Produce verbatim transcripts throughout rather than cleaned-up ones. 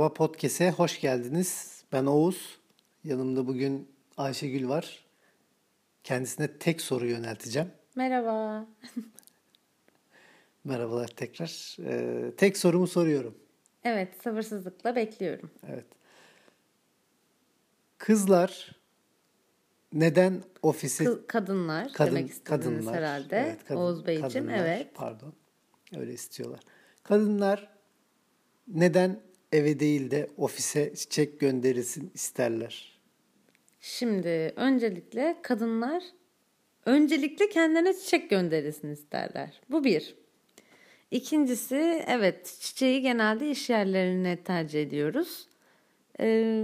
Merhaba Podcast'e hoş geldiniz. Ben Oğuz. Yanımda bugün Ayşegül var. Kendisine tek soru yönelteceğim. Merhaba. Merhabalar tekrar. Ee, tek sorumu soruyorum. Evet, sabırsızlıkla bekliyorum. Evet. Kızlar neden ofise... Kı- kadınlar Kadın, demek istediniz kadınlar, herhalde. Evet, kadın, Oğuz Bey için. kadınlar, Evet. Pardon. Öyle istiyorlar. Kadınlar neden eve değil de ofise çiçek gönderilsin isterler? Şimdi öncelikle kadınlar öncelikle kendilerine çiçek gönderilsin isterler. Bu bir. İkincisi, evet, çiçeği genelde iş yerlerine tercih ediyoruz. Ee,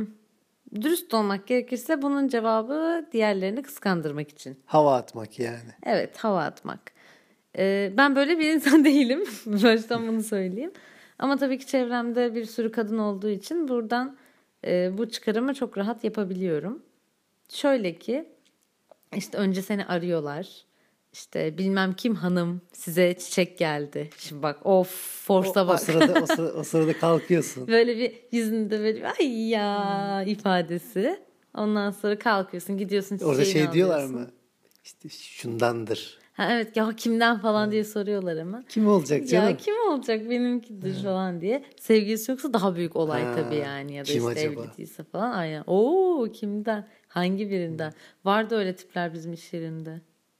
dürüst olmak gerekirse bunun cevabı diğerlerini kıskandırmak için. Hava atmak yani. Evet, hava atmak. Ee, ben böyle bir insan değilim. Baştan bunu söyleyeyim. Ama tabii ki çevremde bir sürü kadın olduğu için buradan e, bu çıkarımı çok rahat yapabiliyorum. Şöyle ki, işte önce seni arıyorlar. İşte bilmem kim hanım size çiçek geldi. Şimdi bak, of, force'a O, bak. o sırada o sırada, o sırada kalkıyorsun. Böyle bir yüzünde böyle bir ay ya ifadesi. Ondan sonra kalkıyorsun, gidiyorsun çiçeğini Orada şey alıyorsun. diyorlar mı? İşte şundandır. Ha, evet ya, kimden falan diye soruyorlar ama. Kim olacak canım? Ya kim olacak, benimkidir ha. falan diye. Sevgilisi yoksa daha büyük olay ha. tabii yani. Ya da kim işte acaba? evli değilse falan. Aynen. Oo, kimden? Hangi birinden? Hmm. Vardı öyle tipler bizim iş yerinde.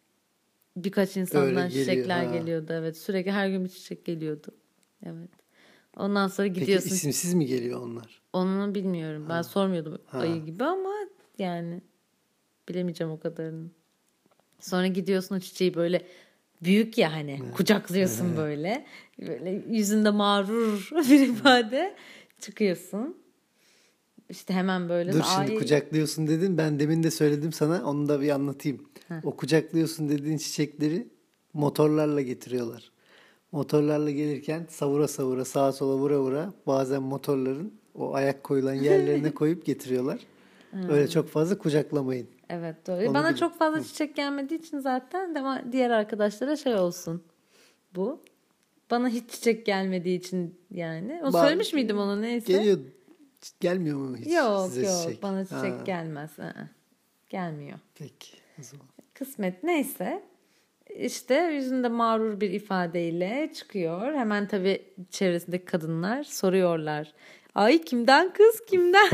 Birkaç insandan çiçekler ha. geliyordu. Evet, sürekli her gün bir çiçek geliyordu. Evet. Ondan sonra gidiyorsun. Peki isimsiz mi geliyor onlar? Onu bilmiyorum. Ha. Ben sormuyordum ha. ayı gibi ama yani bilemeyeceğim o kadarını. Sonra gidiyorsun, o çiçeği böyle büyük ya hani evet. kucaklıyorsun evet. böyle. Böyle yüzünde mağrur bir ifade çıkıyorsun. İşte hemen böyle. Dur şimdi ay... kucaklıyorsun dedin. Ben demin de söyledim sana. Onu da bir anlatayım. Heh. O kucaklıyorsun dediğin çiçekleri motorlarla getiriyorlar. Motorlarla gelirken savura savura sağa sola vura vura bazen motorların o ayak koyulan yerlerine koyup getiriyorlar. Hmm. Öyle çok fazla kucaklamayın. Evet doğru. Onu Bana bilin. Çok fazla çiçek gelmediği için zaten de diğer arkadaşlara şey olsun bu. Bana hiç çiçek gelmediği için yani. O ba- söylemiş miydim ona, neyse. Geliyor. Gelmiyor mu hiç yok, size yok, çiçek? Bana çiçek ha. gelmez. Aa, gelmiyor. Peki. O zaman. Kısmet neyse. İşte yüzünde mağrur bir ifadeyle çıkıyor. Hemen tabii çevresindeki kadınlar soruyorlar. Ay kimden kız kimden?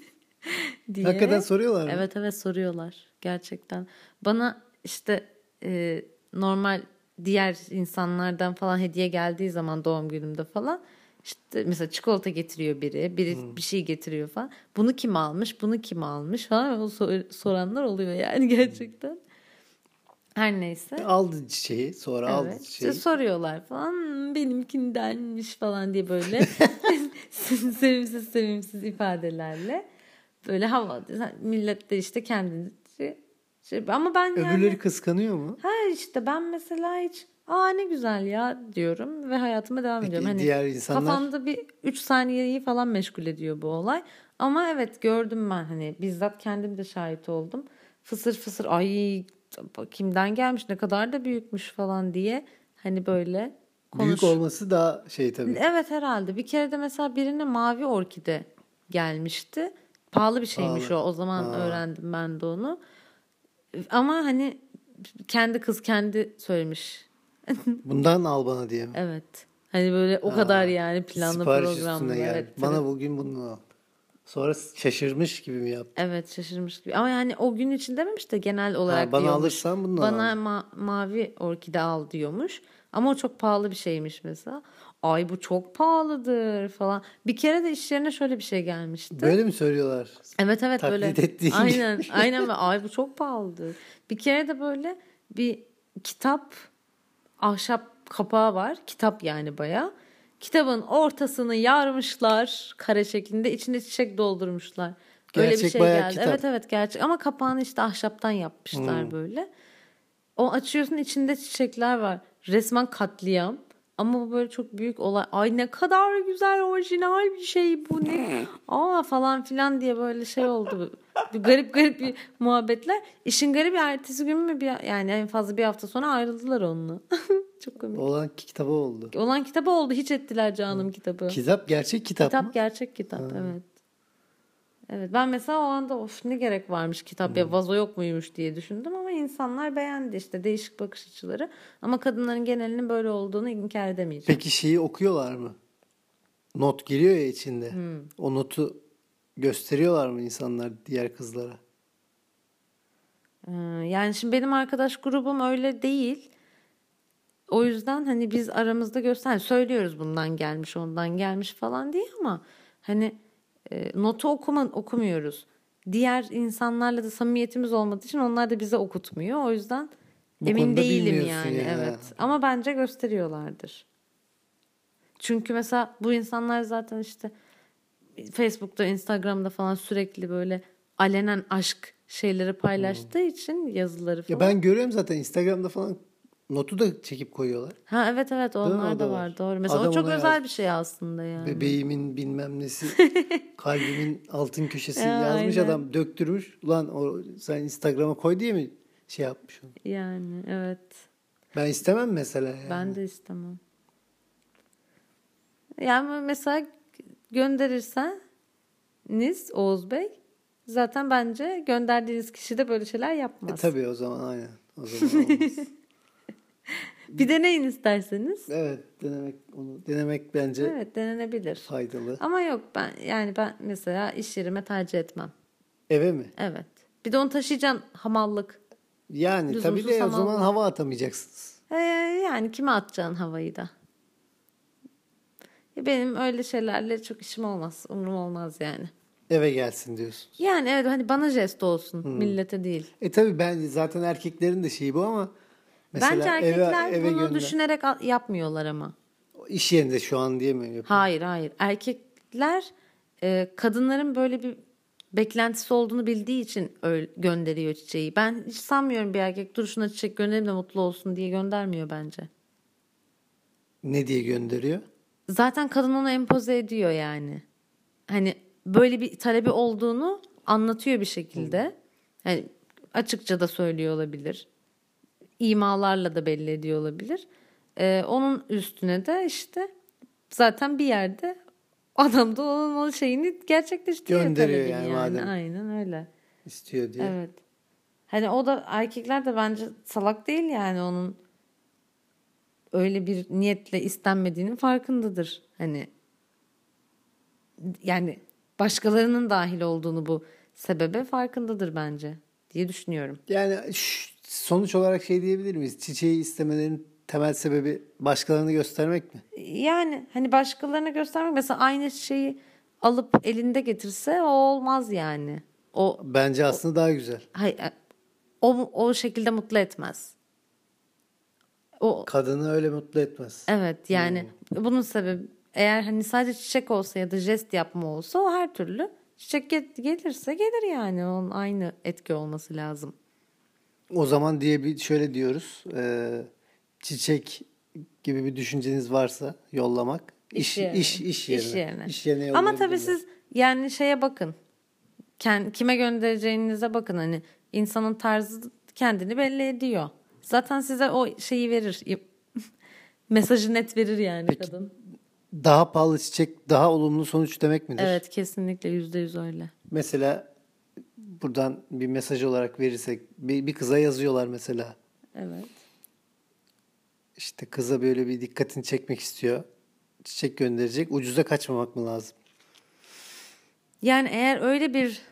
diye. Hakikaten soruyorlar mı? Evet evet soruyorlar gerçekten. Bana işte e, normal diğer insanlardan falan hediye geldiği zaman doğum günümde falan işte mesela çikolata getiriyor biri, biri hmm. bir şey getiriyor falan. Bunu kim almış, bunu kim almış falan, o soranlar oluyor yani gerçekten. Her neyse. Aldı çiçeği sonra evet. aldı çiçeği. İşte soruyorlar falan, benimkindenmiş falan diye böyle sevimsiz sevimsiz ifadelerle. Böyle hava millet de işte kendini şey, ama ben öbürleri yani, kıskanıyor mu? Ha işte ben mesela hiç aa ne güzel ya diyorum ve hayatıma devam Peki, ediyorum. Hani diğer insanlar... kafamda bir üç saniyeyi falan meşgul ediyor bu olay. Ama evet gördüm ben, hani bizzat kendim de şahit oldum. Fısır fısır ay kimden gelmiş, ne kadar da büyükmüş falan diye hani böyle konuş. Büyük olması daha şey tabii. Evet herhalde. Bir kere de mesela birine mavi orkide gelmişti. Pahalı bir şeymiş Pahalı. o. O zaman ha. öğrendim ben de onu. Ama hani kendi kız kendi söylemiş. Bundan al bana diye mi? Evet. Hani böyle o ha. kadar yani planlı programlı. Evet. Bana tabii. Bugün bunu al. Sonra şaşırmış gibi mi yaptı? Evet şaşırmış gibi. Ama yani o gün için dememiş de genel olarak ha, bana diyormuş. Alırsan bunu bana al. ma- mavi orkide al diyormuş. Ama o çok pahalı bir şeymiş mesela. Ay bu çok pahalıdır falan. Bir kere de iş yerine şöyle bir şey gelmişti. Böyle mi söylüyorlar? Evet evet Taklit böyle. ettiğin aynen aynen ve ay bu çok pahalıdır. Bir kere de böyle bir kitap, ahşap kapağı var. Kitap yani bayağı. Kitabın ortasını yarmışlar kare şeklinde, içine çiçek doldurmuşlar. Öyle gerçek bir şey bayağı geldi. kitap. Evet evet gerçek ama kapağını işte ahşaptan yapmışlar hmm. böyle. O açıyorsun, içinde çiçekler var. Resmen katliam. Ama bu böyle çok büyük olay. Ay ne kadar güzel, orijinal bir şey bu ne? Aa falan filan diye böyle şey oldu. Bir garip garip bir muhabbetler. İşin garibi ertesi gün mü bir, yani en fazla bir hafta sonra ayrıldılar onunla. Çok komik. Olan kitabı oldu. Olan kitabı oldu. Hiç ettiler canım kitabı. Kitap gerçek kitap, Kitap mı? gerçek kitap, Ha. evet. Evet, ben mesela o anda of ne gerek varmış kitap ya, vazo yok muymuş diye düşündüm ama insanlar beğendi işte, değişik bakış açıları. Ama kadınların genelinin böyle olduğunu inkar edemeyeceğim. Peki şeyi okuyorlar mı? Not giriyor ya içinde. Hmm. O notu gösteriyorlar mı insanlar diğer kızlara? Ee, yani şimdi benim arkadaş grubum öyle değil. O yüzden hani biz aramızda göster söylüyoruz bundan gelmiş ondan gelmiş falan diye ama hani e, notu okuma, okumuyoruz. Diğer insanlarla da samimiyetimiz olmadığı için onlar da bize okutmuyor. O yüzden Bu emin konuda değilim bilmiyorsun yani. ya. Evet. Ama bence gösteriyorlardır. Çünkü mesela bu insanlar zaten işte Facebook'ta, Instagram'da falan sürekli böyle alenen aşk şeyleri paylaştığı için yazıları falan. Ya ben görüyorum zaten Instagram'da falan notu da çekip koyuyorlar. Ha evet evet Değil mi? onlar O da da var. var. Doğru. Mesela Adam o çok ona özel yaz- bir şey aslında yani. Bebeğimin bilmem nesi kalbimin altın köşesi Ya, yazmış aynen. adam döktürmüş. Ulan o, sen Instagram'a koy diye mi şey yapmış onu? Yani evet. Ben istemem mesela yani. Ben de istemem. Yani mesela gönderirseniz Oğuz Bey zaten bence gönderdiğiniz kişi de böyle şeyler E yapmaz. tabii o zaman aynen. O zaman olmaz. Bir deneyin isterseniz. Evet denemek onu denemek bence Evet denenebilir. faydalı. Ama yok ben yani ben mesela iş yerime tercih etmem. Eve mi? Evet. Bir de onu taşıyacaksın hamallık. Yani Lüzumsuz tabii de o ama zaman olmaz. hava atamayacaksınız. Ee, yani kime atacaksın havayı da? Benim öyle şeylerle çok işim olmaz. Umurum olmaz yani. Eve gelsin diyorsun. Yani evet hani bana jest olsun. Millete değil. E tabii ben zaten erkeklerin de şeyi bu ama mesela Bence erkekler eve, eve bunu gönder. düşünerek al- yapmıyorlar ama. İş yerinde şu an diye mi yapıyor? Hayır hayır. Erkekler e, kadınların böyle bir beklentisi olduğunu bildiği için öyle gönderiyor çiçeği. Ben hiç sanmıyorum bir erkek dur şuna çiçek göndereyim de mutlu olsun diye göndermiyor bence. Ne diye gönderiyor? Zaten kadın onu empoze ediyor yani. Hani böyle bir talebi olduğunu anlatıyor bir şekilde. Yani açıkça da söylüyor olabilir. İmalarla da belli ediyor olabilir. Ee, onun üstüne de işte zaten bir yerde adam da onun o şeyini gerçekleştiriyor. Gönderiyor talebini yani madem. Aynen öyle. İstiyor diye. Evet. Hani o da erkekler de bence salak değil yani onun öyle bir niyetle istenmediğinin farkındadır. Hani yani başkalarının dahil olduğunu bu sebebe farkındadır bence diye düşünüyorum. Yani şş, sonuç olarak şey diyebilir miyiz? Çiçeği istemelerinin temel sebebi başkalarını göstermek mi? Yani hani başkalarına göstermek mesela aynı şeyi alıp elinde getirse o olmaz yani. O Bence aslında daha güzel. hayır, o o şekilde mutlu etmez. O Kadını öyle mutlu etmez. evet yani bunun sebebi eğer hani sadece çiçek olsa ya da jest yapma olsa o her türlü çiçek ge- gelirse gelir yani onun aynı etki olması lazım. O zaman diye bir şöyle diyoruz. E, çiçek gibi bir düşünceniz varsa yollamak. İş İş yerine. iş iş yerine. İş yerine. İş yerine Ama tabii yollayabilirler. siz yani şeye bakın. Kend, kime göndereceğinize bakın hani insanın tarzı kendini belli ediyor. Zaten size o şeyi verir. Mesajı net verir yani Peki, kadın. Daha pahalı çiçek daha olumlu sonuç demek midir? Evet kesinlikle yüzde yüz öyle. Mesela buradan bir mesaj olarak verirsek bir, bir kıza yazıyorlar mesela. Evet. İşte kıza böyle bir dikkatini çekmek istiyor. Çiçek gönderecek. Ucuza kaçmamak mı lazım? Yani eğer öyle bir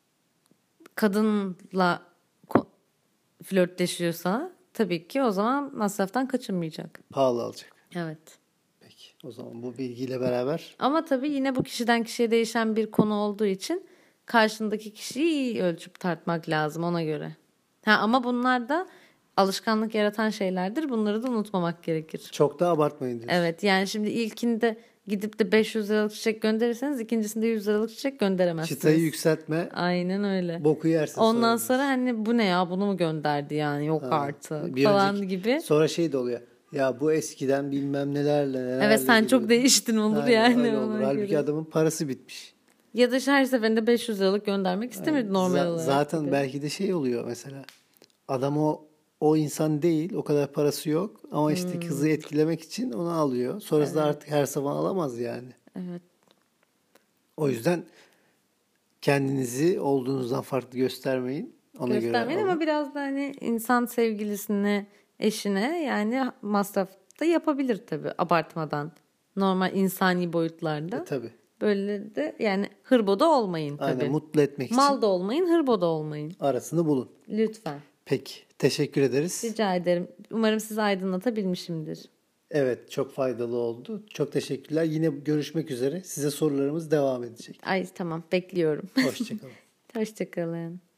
kadınla ko- flörtleşiyorsa tabii ki o zaman masraftan kaçınmayacak. Pahalı alacak. Evet. Peki. O zaman bu bilgiyle beraber Ama tabii yine bu kişiden kişiye değişen bir konu olduğu için karşındaki kişiyi iyi ölçüp tartmak lazım ona göre. Ha ama bunlar da alışkanlık yaratan şeylerdir. Bunları da unutmamak gerekir. çok da abartmayın diyorsun. Evet yani şimdi ilkinde gidip de beş yüz liralık çiçek gönderirseniz ikincisinde yüz liralık çiçek gönderemezsiniz. Çıtayı yükseltme. Aynen öyle. Boku yersin. Ondan sonra hani bu ne ya bunu mu gönderdi yani yok Ha, artık bir falan önceki- gibi. Sonra şey de oluyor. Ya bu eskiden bilmem nelerle nelerle. Evet sen çok geliyordu. değiştin olur Aynen, yani. öyle olur. ona Halbuki göre. adamın parası bitmiş. Ya da işte her seferinde beş yüz liralık göndermek istemedi normal Z- olarak. Zaten gibi. belki de şey oluyor mesela. Adam o o insan değil, o kadar parası yok ama işte kızı etkilemek için onu alıyor. Sonrasında Evet. artık her zaman alamaz yani. Evet. O yüzden kendinizi olduğunuzdan farklı göstermeyin. Ona Göstermeyin göre ama alın. biraz da hani insan sevgilisine, eşine yani masraf da yapabilir tabii abartmadan. Normal insani boyutlarda. E, tabii. Böyle de yani hırbo da olmayın tabii. Aynen, mutlu etmek Mal için da olmayın, hırbo da olmayın. arasını bulun. Lütfen. Peki, teşekkür ederiz. Rica ederim. Umarım sizi aydınlatabilmişimdir. Evet, çok faydalı oldu. Çok teşekkürler. Yine görüşmek üzere. Size sorularımız devam edecek. Ay tamam bekliyorum. Hoşçakalın. Hoşçakalın.